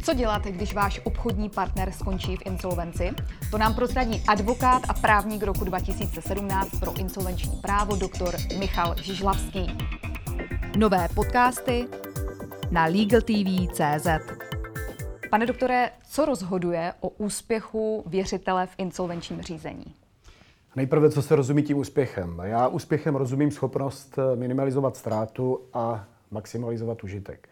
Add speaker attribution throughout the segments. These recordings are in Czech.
Speaker 1: Co dělat, když váš obchodní partner skončí v insolvenci? To nám prozradí advokát a právník roku 2017 pro insolvenční právo doktor Michal Žižlavský. Nové podcasty na LegalTV.cz. Pane doktore, co rozhoduje o úspěchu věřitele v insolvenčním řízení?
Speaker 2: Nejprve, co se rozumí tím úspěchem. Já úspěchem rozumím schopnost minimalizovat ztrátu a maximalizovat užitek.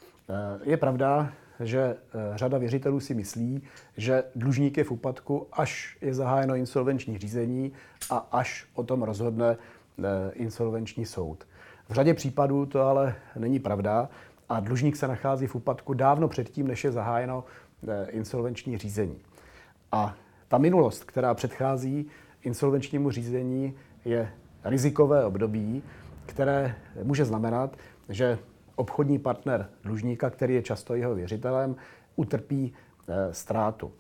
Speaker 2: Je pravda, že řada věřitelů si myslí, že dlužník je v úpadku, až je zahájeno insolvenční řízení a až o tom rozhodne insolvenční soud. V řadě případů to ale není pravda a dlužník se nachází v úpadku dávno předtím, než je zahájeno insolvenční řízení. A ta minulost, která předchází insolvenčnímu řízení, je rizikové období, které může znamenat, že obchodní partner dlužníka, který je často jeho věřitelem, utrpí ztrátu.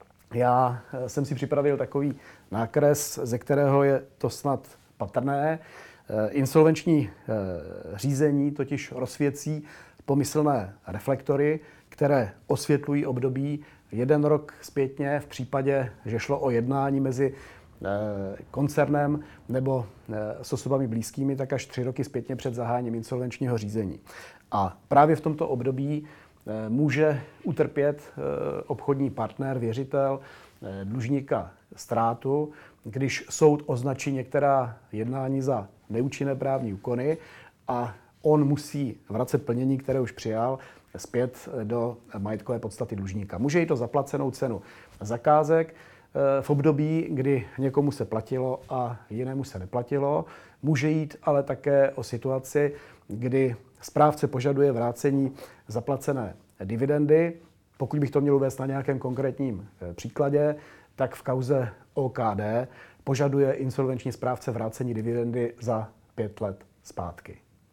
Speaker 2: Já jsem si připravil takový nákres, ze kterého je to snad patrné. Insolvenční řízení totiž rozsvěcí pomyslné reflektory, které osvětlují období 1 rok zpětně v případě, že šlo o jednání mezi koncernem nebo s osobami blízkými, tak až 3 roky zpětně před zahájením insolvenčního řízení. A právě v tomto období může utrpět obchodní partner, věřitel, dlužníka ztrátu, když soud označí některá jednání za neúčinné právní úkony a on musí vracet plnění, které už přijal, zpět do majetkové podstaty dlužníka. Může jít to zaplacenou cenu zakázek v období, kdy někomu se platilo a jinému se neplatilo. Může jít ale také o situaci, kdy správce požaduje vrácení zaplacené dividendy. Pokud bych to měl uvést na nějakém konkrétním příkladě, tak v kauze OKD požaduje insolvenční správce vrácení dividendy za 5 let zpátky.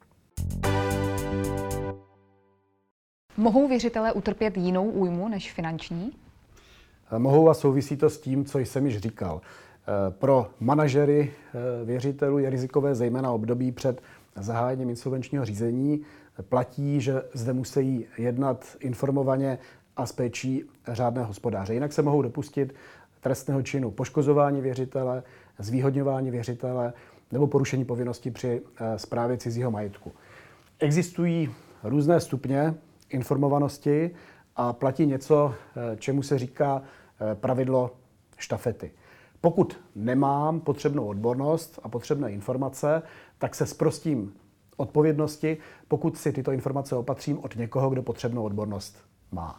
Speaker 1: Mohou věřitelé utrpět jinou újmu než finanční?
Speaker 2: Mohou a souvisí to s tím, co jsem již říkal. Pro manažery věřitelů je rizikové zejména období před zahájením insolvenčního řízení. Platí, že zde musí jednat informovaně a s péčí řádného hospodáře. Jinak se mohou dopustit trestného činu poškozování věřitele, zvýhodňování věřitele nebo porušení povinností při správě cizího majetku. Existují různé stupně informovanosti a platí něco, čemu se říká pravidlo štafety. Pokud nemám potřebnou odbornost a potřebné informace, tak se zprostím odpovědnosti, pokud si tyto informace opatřím od někoho, kdo potřebnou odbornost má.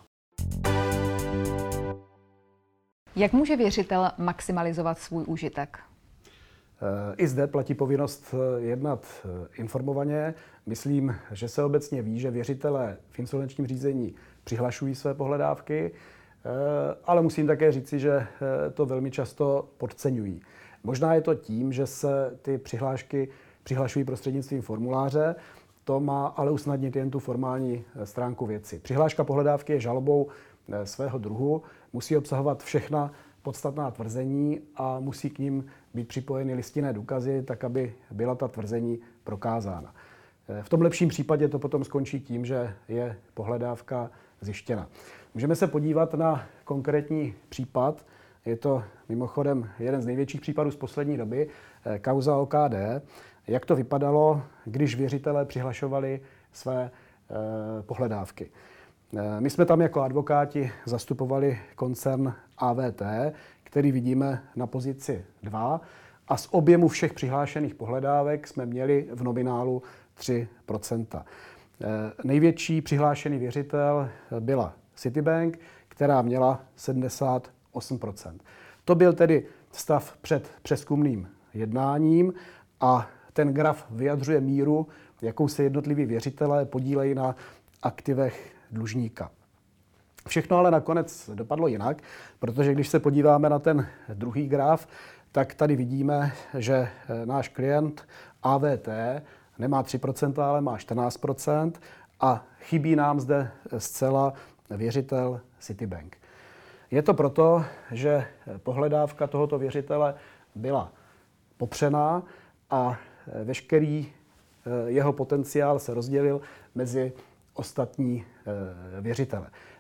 Speaker 1: Jak může věřitel maximalizovat svůj užitek?
Speaker 2: I zde platí povinnost jednat informovaně. Myslím, že se obecně ví, že věřitelé v insolvenčním řízení přihlašují své pohledávky, ale musím také říci, že to velmi často podceňují. Možná je to tím, že se ty přihlášky přihlašují prostřednictvím formuláře, to má ale usnadnit jen tu formální stránku věci. Přihláška pohledávky je žalobou svého druhu, musí obsahovat všechna podstatná tvrzení a musí k nim být připojeny listinné důkazy, tak aby byla ta tvrzení prokázána. V tom lepším případě to potom skončí tím, že je pohledávka zjištěna. Můžeme se podívat na konkrétní případ. Je to mimochodem jeden z největších případů z poslední doby, kauza OKD. Jak to vypadalo, když věřitelé přihlašovali své pohledávky? My jsme tam jako advokáti zastupovali koncern AVT, který vidíme na pozici 2 a z objemu všech přihlášených pohledávek jsme měli v nominálu 3%. Největší přihlášený věřitel byla Citibank, která měla 78%. To byl tedy stav před přezkumným jednáním a ten graf vyjadřuje míru, jakou se jednotliví věřitelé podílejí na aktivech dlužníka. Všechno ale nakonec dopadlo jinak, protože když se podíváme na ten druhý graf, tak tady vidíme, že náš klient AVT nemá 3%, ale má 14% a chybí nám zde zcela věřitel Citibank. Je to proto, že pohledávka tohoto věřitele byla popřená a veškerý jeho potenciál se rozdělil mezi ostatní věřitele.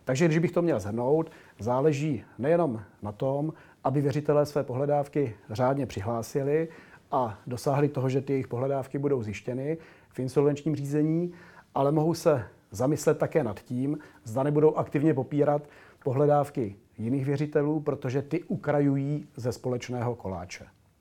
Speaker 2: Takže když bych to měl shrnout, záleží nejenom na tom, aby věřitelé své pohledávky řádně přihlásili a dosáhli toho, že ty jejich pohledávky budou zjištěny v insolvenčním řízení, ale mohou se zamyslet také nad tím, zda nebudou aktivně popírat pohledávky jiných věřitelů, protože ty ukrajují ze společného koláče.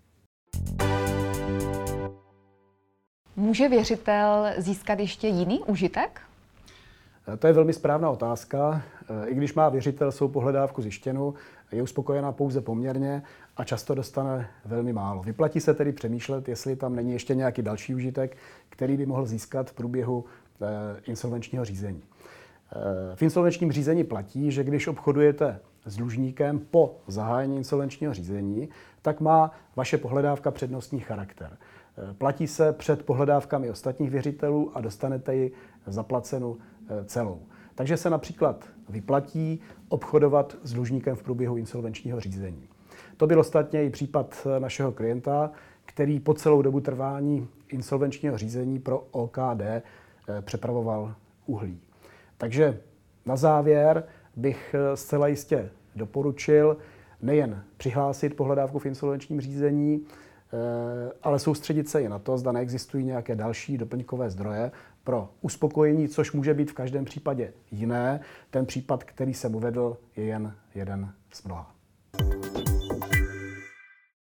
Speaker 1: Může věřitel získat ještě jiný užitek?
Speaker 2: To je velmi správná otázka. I když má věřitel svou pohledávku zjištěnu, je uspokojená pouze poměrně a často dostane velmi málo. Vyplatí se tedy přemýšlet, jestli tam není ještě nějaký další užitek, který by mohl získat v průběhu insolvenčního řízení. V insolvenčním řízení platí, že když obchodujete s dlužníkem po zahájení insolvenčního řízení, tak má vaše pohledávka přednostní charakter. Platí se před pohledávkami ostatních věřitelů a dostanete ji zaplacenu celou. Takže se například vyplatí obchodovat s dlužníkem v průběhu insolvenčního řízení. To byl ostatně i případ našeho klienta, který po celou dobu trvání insolvenčního řízení pro OKD přepravoval uhlí. Takže na závěr bych zcela jistě doporučil nejen přihlásit pohledávku v insolvenčním řízení, ale soustředit se i na to, zda neexistují nějaké další doplňkové zdroje pro uspokojení, což může být v každém případě jiné. Ten případ, který jsem uvedl, je jen jeden z mnoha.